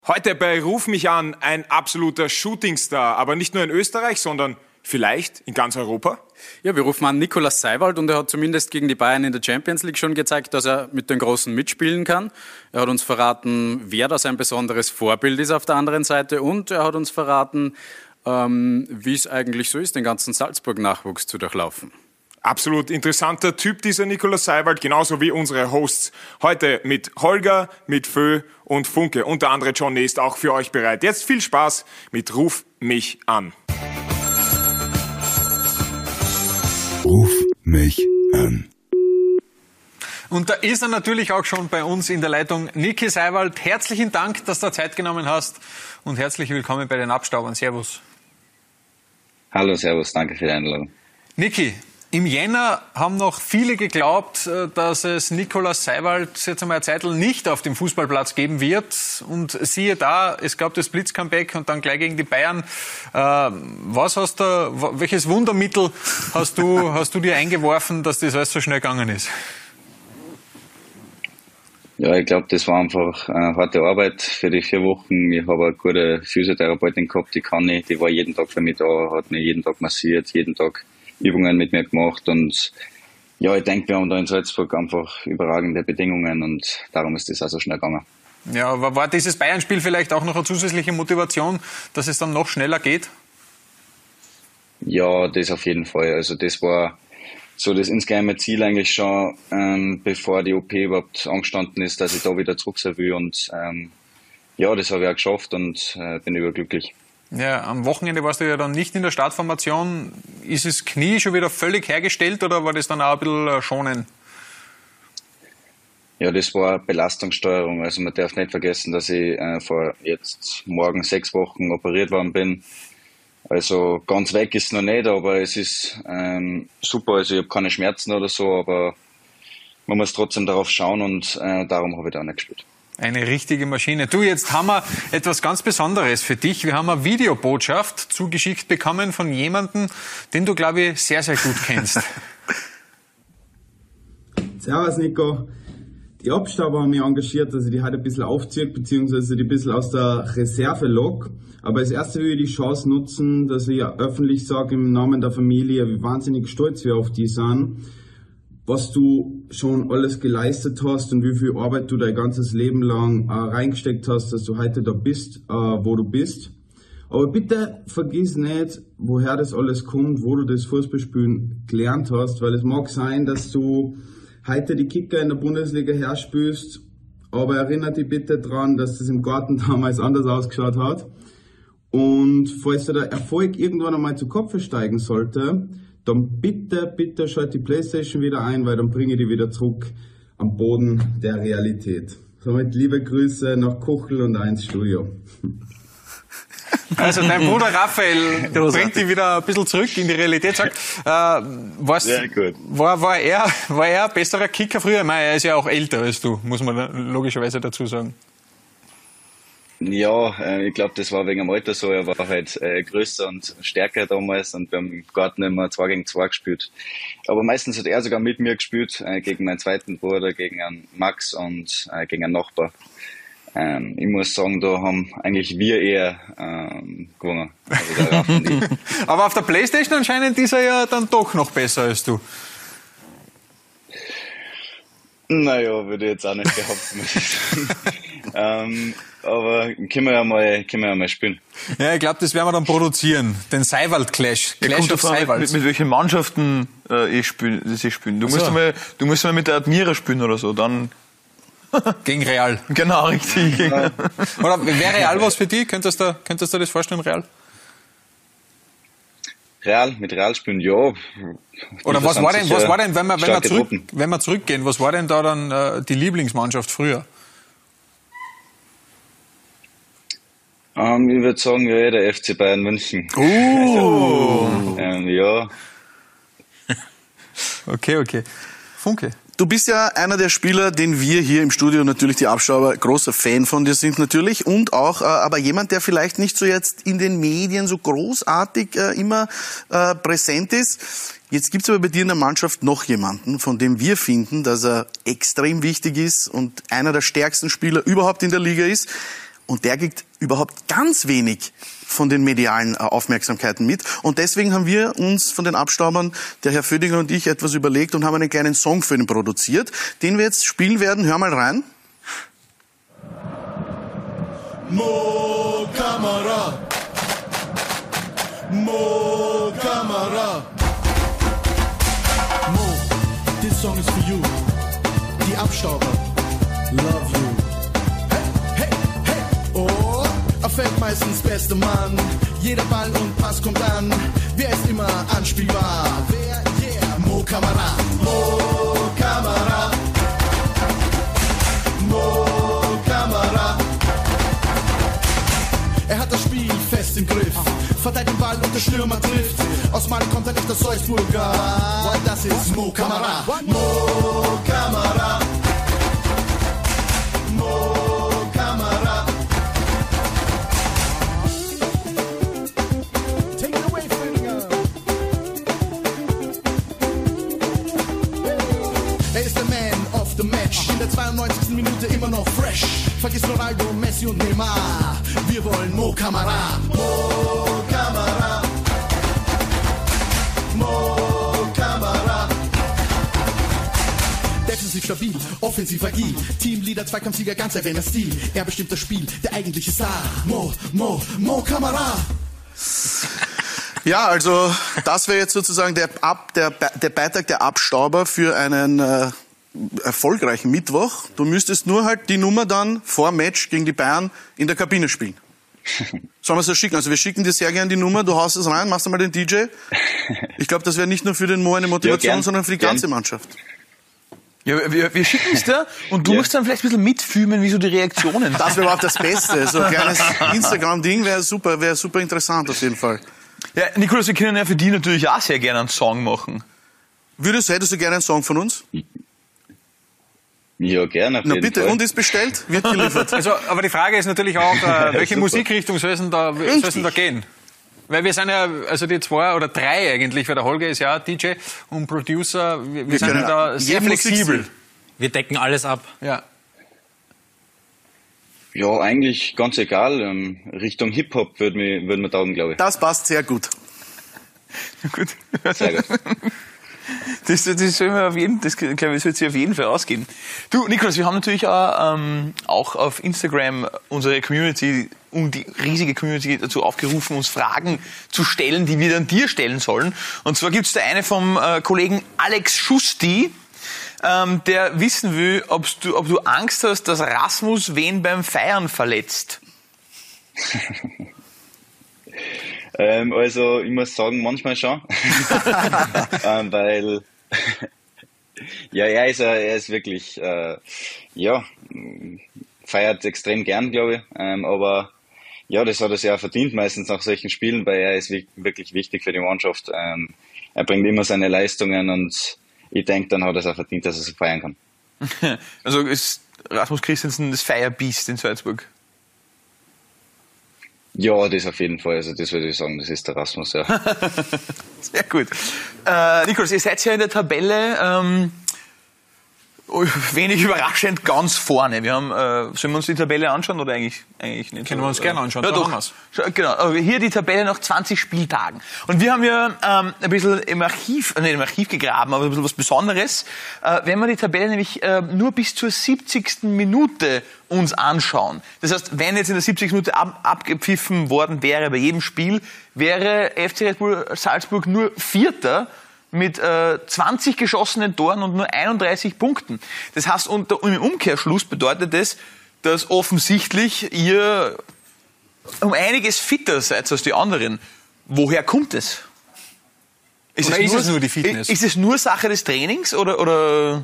Heute bei Ruf mich an ein absoluter Shootingstar, aber nicht nur in Österreich, sondern vielleicht in ganz Europa? Ja, wir rufen an Nicolas Seiwald und er hat zumindest gegen die Bayern in der Champions League schon gezeigt, dass er mit den Großen mitspielen kann. Er hat uns verraten, wer da sein besonderes Vorbild ist auf der anderen Seite und er hat uns verraten, wie es eigentlich so ist, den ganzen Salzburg-Nachwuchs zu durchlaufen. Absolut interessanter Typ, dieser Nicolas Seiwald, genauso wie unsere Hosts. Heute mit Holger, mit Fö und Funke. Und der andere Johnny ist auch für euch bereit. Jetzt viel Spaß mit Ruf mich an. Ruf mich an. Und da ist er natürlich auch schon bei uns in der Leitung. Niki Seiwald, herzlichen Dank, dass du Zeit genommen hast und herzlich willkommen bei den Abstaubern. Servus. Hallo, servus, danke für die Einladung. Niki, im Jänner haben noch viele geglaubt, dass es Nicolas Seiwald jetzt einmal eine Zeit lang nicht auf dem Fußballplatz geben wird. Und siehe da, es gab das Blitzcomeback und dann gleich gegen die Bayern. Welches Wundermittel hast du dir eingeworfen, dass das alles so schnell gegangen ist? Ja, ich glaube, das war einfach harte Arbeit für die 4 Wochen. Ich habe eine gute Physiotherapeutin gehabt, die war jeden Tag für mich da, hat mich jeden Tag massiert, jeden Tag Übungen mit mir gemacht und ja, ich denke, wir haben da in Salzburg einfach überragende Bedingungen und darum ist das auch so schnell gegangen. Ja, aber war dieses Bayern-Spiel vielleicht auch noch eine zusätzliche Motivation, dass es dann noch schneller geht? Ja, das auf jeden Fall. Also das war so das insgeheime Ziel eigentlich schon, bevor die OP überhaupt angestanden ist, dass ich da wieder zurück sein will und ja, das habe ich auch geschafft und bin überglücklich. Ja, am Wochenende warst du ja dann nicht in der Startformation. Ist das Knie schon wieder völlig hergestellt oder war das dann auch ein bisschen schonen? Ja, das war Belastungssteuerung. Also man darf nicht vergessen, dass ich vor jetzt morgen 6 Wochen operiert worden bin. Also ganz weg ist es noch nicht, aber es ist super. Also ich habe keine Schmerzen oder so, aber man muss trotzdem darauf schauen und darum habe ich da auch nicht gespielt. Eine richtige Maschine. Du, jetzt haben wir etwas ganz Besonderes für dich. Wir haben eine Videobotschaft zugeschickt bekommen von jemandem, den du, glaube ich, sehr, sehr gut kennst. Servus, Nico. Die Abstauber haben mich engagiert, dass ich die heute ein bisschen aufziehe, beziehungsweise die ein bisschen aus der Reserve lock. Aber als erstes will ich die Chance nutzen, dass ich öffentlich sage im Namen der Familie, wie wahnsinnig stolz wir auf die sind, was du schon alles geleistet hast und wie viel Arbeit du dein ganzes Leben lang reingesteckt hast, dass du heute da bist, wo du bist. Aber bitte vergiss nicht, woher das alles kommt, wo du das Fußballspielen gelernt hast, weil es mag sein, dass du heute die Kicker in der Bundesliga herspielst, aber erinnere dich bitte dran, dass das im Garten damals anders ausgeschaut hat. Und falls dir der Erfolg irgendwann einmal zu Kopf steigen sollte, dann bitte schalt die Playstation wieder ein, weil dann bringe ich die wieder zurück am Boden der Realität. Somit liebe Grüße nach Kuchel und 1 Studio. Also dein Bruder Raphael bringt dich wieder ein bisschen zurück in die Realität. Sag, Sehr gut. War er ein besserer Kicker früher? Ich meine, er ist ja auch älter als du, muss man logischerweise dazu sagen. Ja, ich glaube, das war wegen dem Alter so. Er war halt größer und stärker damals und wir haben im Garten immer 2 gegen 2 gespielt. Aber meistens hat er sogar mit mir gespielt, gegen meinen zweiten Bruder, gegen einen Max und gegen einen Nachbar. Ich muss sagen, da haben eigentlich wir eher gewonnen. Also der Raff und ich. Aber auf der Playstation anscheinend ist er ja dann doch noch besser als du. Naja, würde ich jetzt auch nicht behaupten, muss ich sagen. Aber können wir ja mal spielen. Ja, ich glaube, das werden wir dann produzieren. Den Seiwald-Clash. Clash of Seiwald. Mit welchen Mannschaften sie spielen. Du musst mal mit der Admira spielen oder so, dann... Gegen Real. Genau, richtig. Oder wäre Real was für dich? Könntest du das vorstellen, Real? Mit Real spielen, ja. Oder was war denn, wenn wir zurückgehen, was war denn da dann die Lieblingsmannschaft früher? Ich würde sagen, ja, der FC Bayern München. Ja. Okay. Funke. Du bist ja einer der Spieler, den wir hier im Studio natürlich die Abstauber großer Fan von dir sind natürlich und auch aber jemand, der vielleicht nicht so jetzt in den Medien so großartig immer präsent ist. Jetzt gibt's aber bei dir in der Mannschaft noch jemanden, von dem wir finden, dass er extrem wichtig ist und einer der stärksten Spieler überhaupt in der Liga ist. Und der kriegt überhaupt ganz wenig von den medialen Aufmerksamkeiten mit. Und deswegen haben wir uns von den Abstaubern, der Herr Födinger und ich, etwas überlegt und haben einen kleinen Song für ihn produziert, den wir jetzt spielen werden. Hör mal rein. Mo Kamara, Mo Kamara. Mo, this song is for you. Die Abstauber, love you. Hey, hey, hey, oh, er fällt meistens beste Mann. Jeder Ball und Pass kommt an. Wer ist immer anspielbar? Wer? Yeah, Mo Kamara, Mo Kamara, Mo Kamara. Er hat das Spiel fest im Griff, verteilt den Ball und der Stürmer trifft. Aus Mali kommt er nicht aus Salzburger, weil das ist Mo Kamara. Mo Kamara, Mo Kamara. Take it away, Födinger. Er ist der Man of the Match, in der 92. Minute immer noch fresh. Vergiss Ronaldo, Messi und Neymar. Wir wollen Mo Kamara, Mo Kamara, Mo Kamara. Defensiv stabil, offensiv agil, Teamleader, Zweikampfsieger, ganz erwähnter Stil. Er bestimmt das Spiel, der eigentliche Star. Mo Kamara. Ja, also das wäre jetzt sozusagen der Beitrag der Abstauber für einen erfolgreichen Mittwoch. Du müsstest nur halt die Nummer dann vor Match gegen die Bayern in der Kabine spielen. Sollen wir es so schicken? Also wir schicken dir sehr gerne die Nummer, du haust es rein, machst einmal den DJ. Ich glaube, das wäre nicht nur für den Mo eine Motivation, ja, sondern für die ganze Mannschaft. Ja, wir schicken es dir und du musst dann vielleicht ein bisschen mitfühlen, wie so die Reaktionen. Das wäre überhaupt das Beste. So ein kleines Instagram-Ding wäre super interessant auf jeden Fall. Ja, Nikolaus, wir können ja für die natürlich auch sehr gerne einen Song machen. Hättest du gerne einen Song von uns? Ja, gerne. Auf Na jeden bitte, Fall. und ist bestellt, wird geliefert. Also, aber die Frage ist natürlich auch, welche Musikrichtung soll es denn da gehen? Weil wir sind ja, also die 2 oder 3 eigentlich, weil der Holger ist ja DJ und Producer, wir sind ja da sehr flexibel. Wir decken alles ab. Ja. Ja, eigentlich ganz egal. Richtung Hip-Hop würden wir taugen, glaube ich. Das passt sehr gut. Gut. Sehr gut. Das sollen wir das glaube ich, sollte sich auf jeden Fall ausgehen. Du, Nikolaus, wir haben natürlich auch auf Instagram unsere Community und die riesige Community dazu aufgerufen, uns Fragen zu stellen, die wir dann dir stellen sollen. Und zwar gibt's da eine vom Kollegen Alex Schusti, der wissen will, ob du Angst hast, dass Rasmus wen beim Feiern verletzt. Also ich muss sagen, manchmal schon. Weil ja, er ist wirklich feiert extrem gern, glaube ich. Aber ja, das hat er sich auch verdient meistens nach solchen Spielen, weil er ist wirklich wichtig für die Mannschaft. Er bringt immer seine Leistungen und ich denke, dann hat er es auch verdient, dass er so feiern kann. Also ist Rasmus Christensen das Feierbiest in Salzburg? Ja, das auf jeden Fall. Also das würde ich sagen, das ist der Rasmus, ja. Sehr gut. Nikolaus, ihr seid ja in der Tabelle wenig überraschend ganz vorne. Wir haben, sollen wir uns die Tabelle anschauen oder eigentlich nicht? Können wir uns gerne anschauen. Ja, doch. Genau. Aber hier die Tabelle nach 20 Spieltagen. Und wir haben ja ein bisschen im Archiv gegraben, aber ein bisschen was Besonderes. Wenn wir die Tabelle nämlich nur bis zur 70. Minute uns anschauen. Das heißt, wenn jetzt in der 70. Minute abgepfiffen worden wäre bei jedem Spiel, wäre FC Red Bull Salzburg nur Vierter mit 20 geschossenen Toren und nur 31 Punkten. Das heißt, im Umkehrschluss bedeutet das, dass offensichtlich ihr um einiges fitter seid als die anderen. Woher kommt es? Ist es nur die Fitness? Ist es nur Sache des Trainings oder?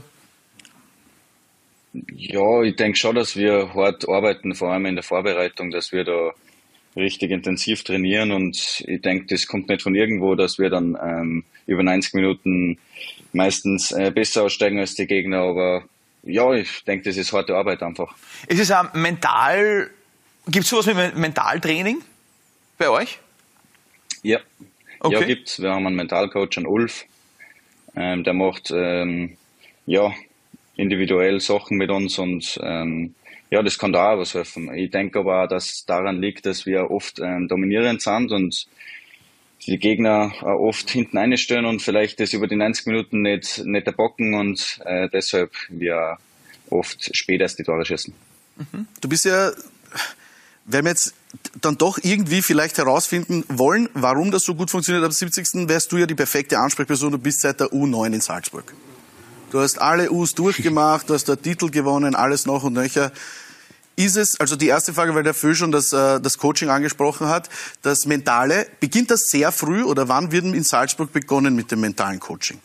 Ja, ich denke schon, dass wir hart arbeiten, vor allem in der Vorbereitung, dass wir da richtig intensiv trainieren und ich denke, das kommt nicht von irgendwo, dass wir dann über 90 Minuten meistens besser aussteigen als die Gegner, aber ja, ich denke, das ist harte Arbeit einfach. Ist es auch mental, gibt es sowas wie Mentaltraining bei euch? Ja, okay. Ja, gibt's. Wir haben einen Mentalcoach, einen Ulf, der macht individuell Sachen mit uns und ja, das kann da auch was helfen. Ich denke aber auch, dass daran liegt, dass wir oft dominierend sind und die Gegner oft hinten einstellen und vielleicht das über die 90 Minuten nicht erbocken und deshalb wir oft spät erst die Tore schießen. Du bist ja, wenn wir jetzt dann doch irgendwie vielleicht herausfinden wollen, warum das so gut funktioniert, am 70. wärst du ja die perfekte Ansprechperson, du bist seit der U9 in Salzburg. Du hast alle U's durchgemacht, du hast dort Titel gewonnen, alles noch und nöcher. Ist es, also die erste Frage, weil der Föh schon das Coaching angesprochen hat, das Mentale, beginnt das sehr früh oder wann wird in Salzburg begonnen mit dem mentalen Coaching?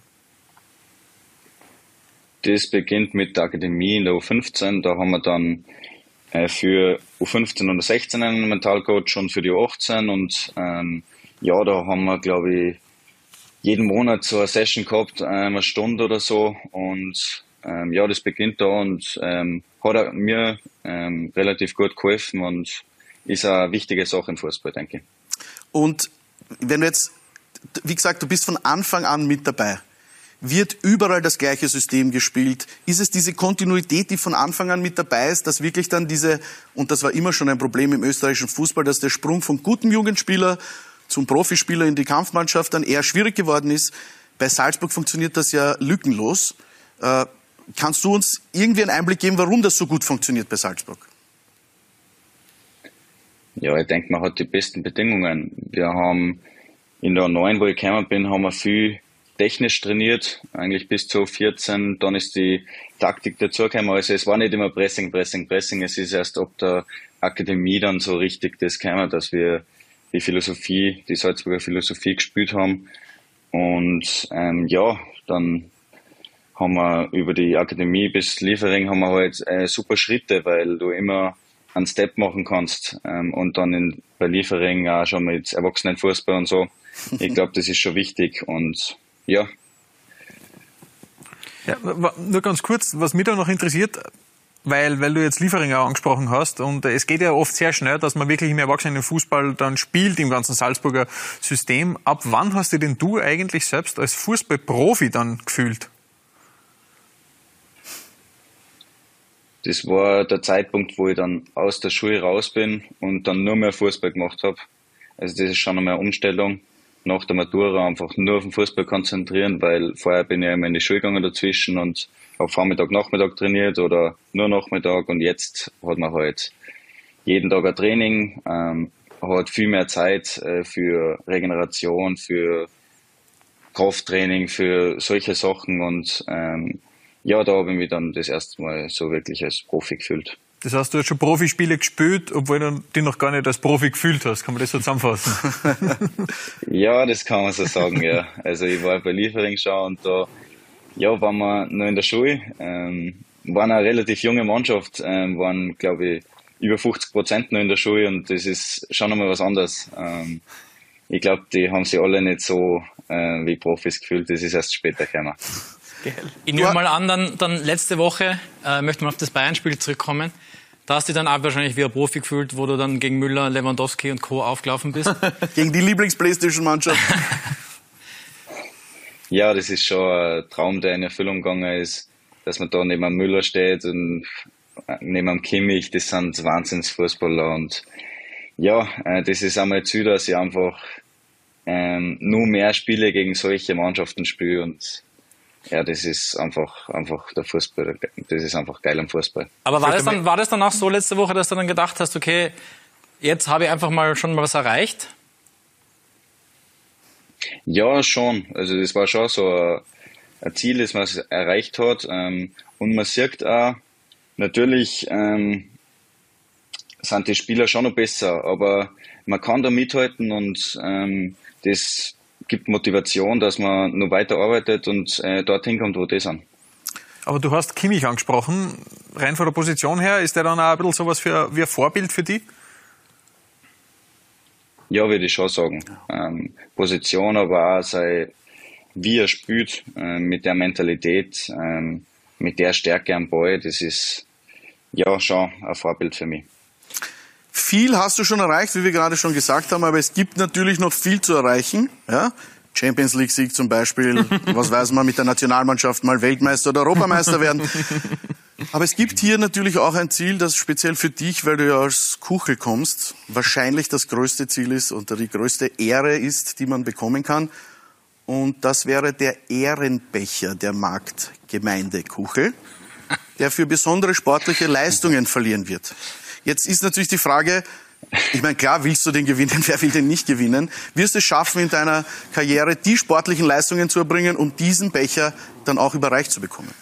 Das beginnt mit der Akademie in der U15, da haben wir dann für U15 und U16 einen Mentalcoach und für die U18 und ja, da haben wir, glaube ich, jeden Monat so eine Session gehabt, eine Stunde oder so und ja, das beginnt da und hat mir relativ gut geholfen und ist eine wichtige Sache im Fußball, denke ich. Und wenn du jetzt, wie gesagt, du bist von Anfang an mit dabei, wird überall das gleiche System gespielt? Ist es diese Kontinuität, die von Anfang an mit dabei ist, dass wirklich dann und das war immer schon ein Problem im österreichischen Fußball, dass der Sprung vom guten Jugendspieler zum Profispieler in die Kampfmannschaft dann eher schwierig geworden ist? Bei Salzburg funktioniert das ja lückenlos. Kannst du uns irgendwie einen Einblick geben, warum das so gut funktioniert bei Salzburg? Ja, ich denke, man hat die besten Bedingungen. Wir haben in der 9, wo ich gekommen bin, haben wir viel technisch trainiert, eigentlich bis zu 14. Dann ist die Taktik dazugekommen. Also es war nicht immer Pressing. Es ist erst ab der Akademie dann so richtig das gekommen, dass wir die Salzburger Philosophie gespielt haben. Und ja, dann haben wir über die Akademie bis Liefering haben wir halt super Schritte, weil du immer einen Step machen kannst und dann bei Liefering auch schon mit Erwachsenenfußball und so. Ich glaube, das ist schon wichtig und ja. Ja, nur ganz kurz, was mich da noch interessiert, weil du jetzt Liefering auch angesprochen hast und es geht ja oft sehr schnell, dass man wirklich im Erwachsenenfußball dann spielt im ganzen Salzburger System. Ab wann hast du denn du eigentlich selbst als Fußballprofi dann gefühlt? Das war der Zeitpunkt, wo ich dann aus der Schule raus bin und dann nur mehr Fußball gemacht habe. Also das ist schon einmal eine Umstellung. Nach der Matura einfach nur auf den Fußball konzentrieren, weil vorher bin ich immer in die Schule gegangen dazwischen und habe Vormittag, Nachmittag trainiert oder nur Nachmittag und jetzt hat man halt jeden Tag ein Training, hat viel mehr Zeit für Regeneration, für Krafttraining, für solche Sachen und ja, da habe ich mich dann das erste Mal so wirklich als Profi gefühlt. Das heißt, du hast schon Profispiele gespielt, obwohl du dich noch gar nicht als Profi gefühlt hast. Kann man das so zusammenfassen? Ja, das kann man so sagen, ja. Also ich war bei Liefering schon und da ja, waren wir noch in der Schule. Waren eine relativ junge Mannschaft, waren, glaube ich, über 50% noch in der Schule und das ist schon einmal was anderes. Ich glaube, die haben sich alle nicht so wie Profis gefühlt, das ist erst später gekommen. Ich nehme mal an, dann letzte Woche, möchte man auf das Bayern-Spiel zurückkommen, da hast du dich dann auch wahrscheinlich wie ein Profi gefühlt, wo du dann gegen Müller, Lewandowski und Co. aufgelaufen bist. Gegen die Lieblings-Playstation-Mannschaft. Ja, das ist schon ein Traum, der in Erfüllung gegangen ist, dass man da neben einem Müller steht und neben einem Kimmich, das sind Wahnsinnsfußballer und ja, das ist einmal zu, dass ich einfach nur mehr Spiele gegen solche Mannschaften spiele und ja, das ist einfach der Fußball. Das ist einfach geil am Fußball. Aber war das dann auch so letzte Woche, dass du dann gedacht hast, okay, jetzt habe ich einfach schon mal was erreicht? Ja, schon. Also das war schon so ein Ziel, das man erreicht hat. Und man sieht auch, natürlich sind die Spieler schon noch besser, aber man kann da mithalten und das gibt Motivation, dass man noch weiter arbeitet und dorthin kommt, wo die sind. Aber du hast Kimmich angesprochen. Rein von der Position her, ist der dann auch ein bisschen sowas wie ein Vorbild für dich? Ja, würde ich schon sagen. Position, aber auch wie er spielt, mit der Mentalität, mit der Stärke am Ball, das ist ja schon ein Vorbild für mich. Viel hast du schon erreicht, wie wir gerade schon gesagt haben, aber es gibt natürlich noch viel zu erreichen. Ja? Champions League Sieg zum Beispiel, was weiß man, mit der Nationalmannschaft mal Weltmeister oder Europameister werden. Aber es gibt hier natürlich auch ein Ziel, das speziell für dich, weil du ja als Kuchel kommst, wahrscheinlich das größte Ziel ist und die größte Ehre ist, die man bekommen kann. Und das wäre der Ehrenbecher der Marktgemeinde Kuchel, der für besondere sportliche Leistungen verliehen wird. Jetzt ist natürlich die Frage, ich meine, klar willst du den gewinnen, wer will den nicht gewinnen? Wirst du es schaffen, in deiner Karriere die sportlichen Leistungen zu erbringen, um diesen Becher dann auch überreicht zu bekommen?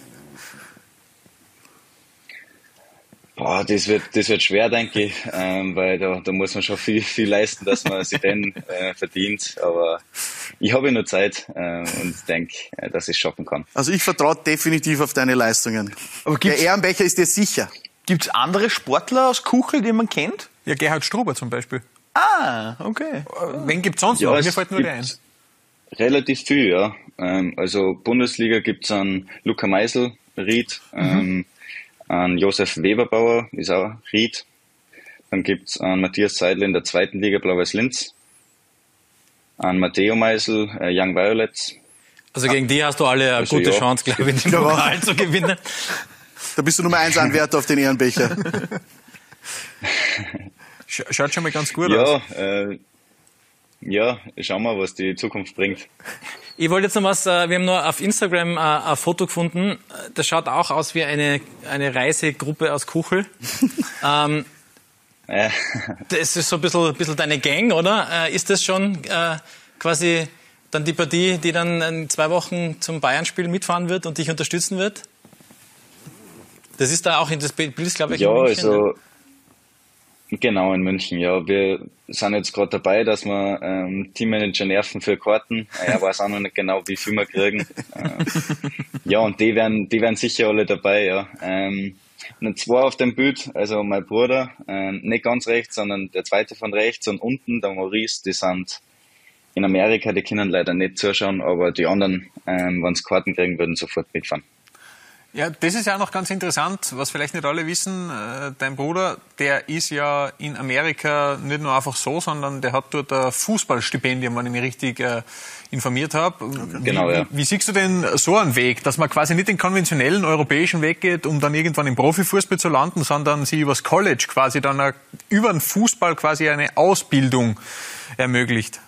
Boah, das wird schwer, denke ich, weil da muss man schon viel leisten, dass man sich den verdient. Aber ich habe nur Zeit und denke, dass ich es schaffen kann. Also ich vertraue definitiv auf deine Leistungen. Aber der Ehrenbecher ist dir sicher. Gibt es andere Sportler aus Kuchel, die man kennt? Ja, Gerhard Struber zum Beispiel. Ah, okay. Wen gibt es sonst noch? Mir fällt nur der ein. Relativ viel, ja. Also Bundesliga gibt es an Luca Meisel, Ried, an Josef Weberbauer, ist auch Ried. Dann gibt es an Matthias Seidel in der 2. Liga, Blau-Weiß Linz. An Matteo Meisel, Young Violets. Also gegen die hast du alle eine gute Chance, glaube ich, den Pokal zu gewinnen. Da bist du Nummer 1 Anwärter auf den Ehrenbecher. Schaut schon mal ganz gut aus. Ja, schauen wir, was die Zukunft bringt. Ich wollte jetzt noch was, wir haben nur auf Instagram ein Foto gefunden, das schaut auch aus wie eine Reisegruppe aus Kuchel. Das ist so ein bisschen deine Gang, oder? Ist das schon quasi dann die Partie, die dann in 2 Wochen zum Bayern-Spiel mitfahren wird und dich unterstützen wird? Das ist da auch in das Bild, glaube ich, in München. Also, genau, in München, ja. Wir sind jetzt gerade dabei, dass wir Teammanager nerven für Karten. Er weiß auch noch nicht genau, wie viel wir kriegen. Ja, und die werden sicher alle dabei, ja. Und 2 auf dem Bild, also mein Bruder, nicht ganz rechts, sondern der zweite von rechts und unten, der Maurice, die sind in Amerika, die können leider nicht zuschauen, aber die anderen, wenn sie Karten kriegen, würden sofort mitfahren. Ja, das ist ja auch noch ganz interessant, was vielleicht nicht alle wissen. Dein Bruder, der ist ja in Amerika nicht nur einfach so, sondern der hat dort ein Fußballstipendium, wenn ich mich richtig informiert habe. Okay. Genau, ja. Wie siehst du denn so einen Weg, dass man quasi nicht den konventionellen europäischen Weg geht, um dann irgendwann im Profifußball zu landen, sondern sie übers College quasi dann über den Fußball quasi eine Ausbildung ermöglicht?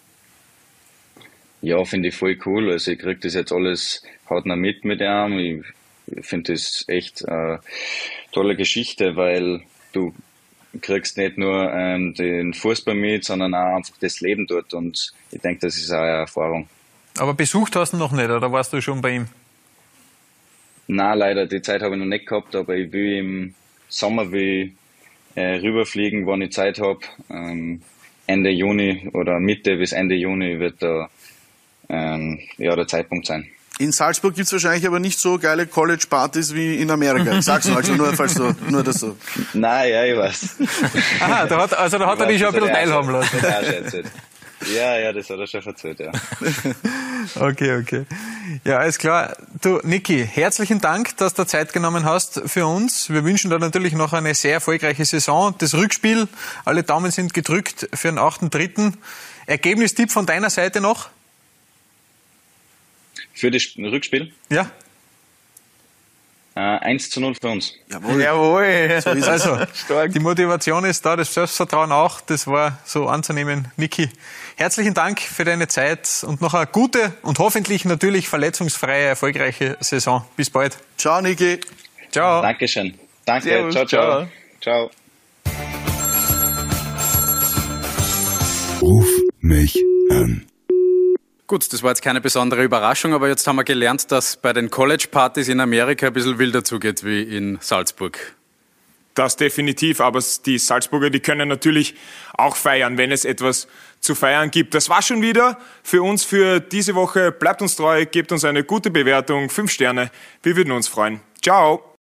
Ja, finde ich voll cool. Also ich kriege das jetzt alles hautnah mit ihm. Ich finde das echt eine tolle Geschichte, weil du kriegst nicht nur den Fußball mit, sondern auch einfach das Leben dort. Und ich denke, das ist auch eine Erfahrung. Aber besucht hast du noch nicht, oder warst du schon bei ihm? Nein, leider, die Zeit habe ich noch nicht gehabt, aber ich will im Sommer rüberfliegen, wann ich Zeit habe. Ende Juni oder Mitte bis Ende Juni wird da der Zeitpunkt sein. In Salzburg gibt es wahrscheinlich aber nicht so geile College-Partys wie in Amerika. Ich sag's nur, also nur das so. Nein, ja, ich weiß. Aha, da hat er dich schon ein bisschen teilhaben lassen. Ja, das hat er schon erzählt, ja. Okay. Ja, alles klar. Du, Niki, herzlichen Dank, dass du Zeit genommen hast für uns. Wir wünschen dir natürlich noch eine sehr erfolgreiche Saison. Das Rückspiel, alle Daumen sind gedrückt für den 8.3. Ergebnistipp von deiner Seite noch? Für das Rückspiel? Ja. 1:0 für uns. Jawohl. So ist also, die Motivation ist da, das Selbstvertrauen auch. Das war so anzunehmen. Niki, herzlichen Dank für deine Zeit und noch eine gute und hoffentlich natürlich verletzungsfreie, erfolgreiche Saison. Bis bald. Ciao, Niki. Ciao. Dankeschön. Danke. Servus, ciao. Ciao. Ruf mich an. Gut, das war jetzt keine besondere Überraschung, aber jetzt haben wir gelernt, dass bei den College-Partys in Amerika ein bisschen wilder zugeht wie in Salzburg. Das definitiv, aber die Salzburger, die können natürlich auch feiern, wenn es etwas zu feiern gibt. Das war schon wieder für uns für diese Woche. Bleibt uns treu, gebt uns eine gute Bewertung, 5 Sterne. Wir würden uns freuen. Ciao.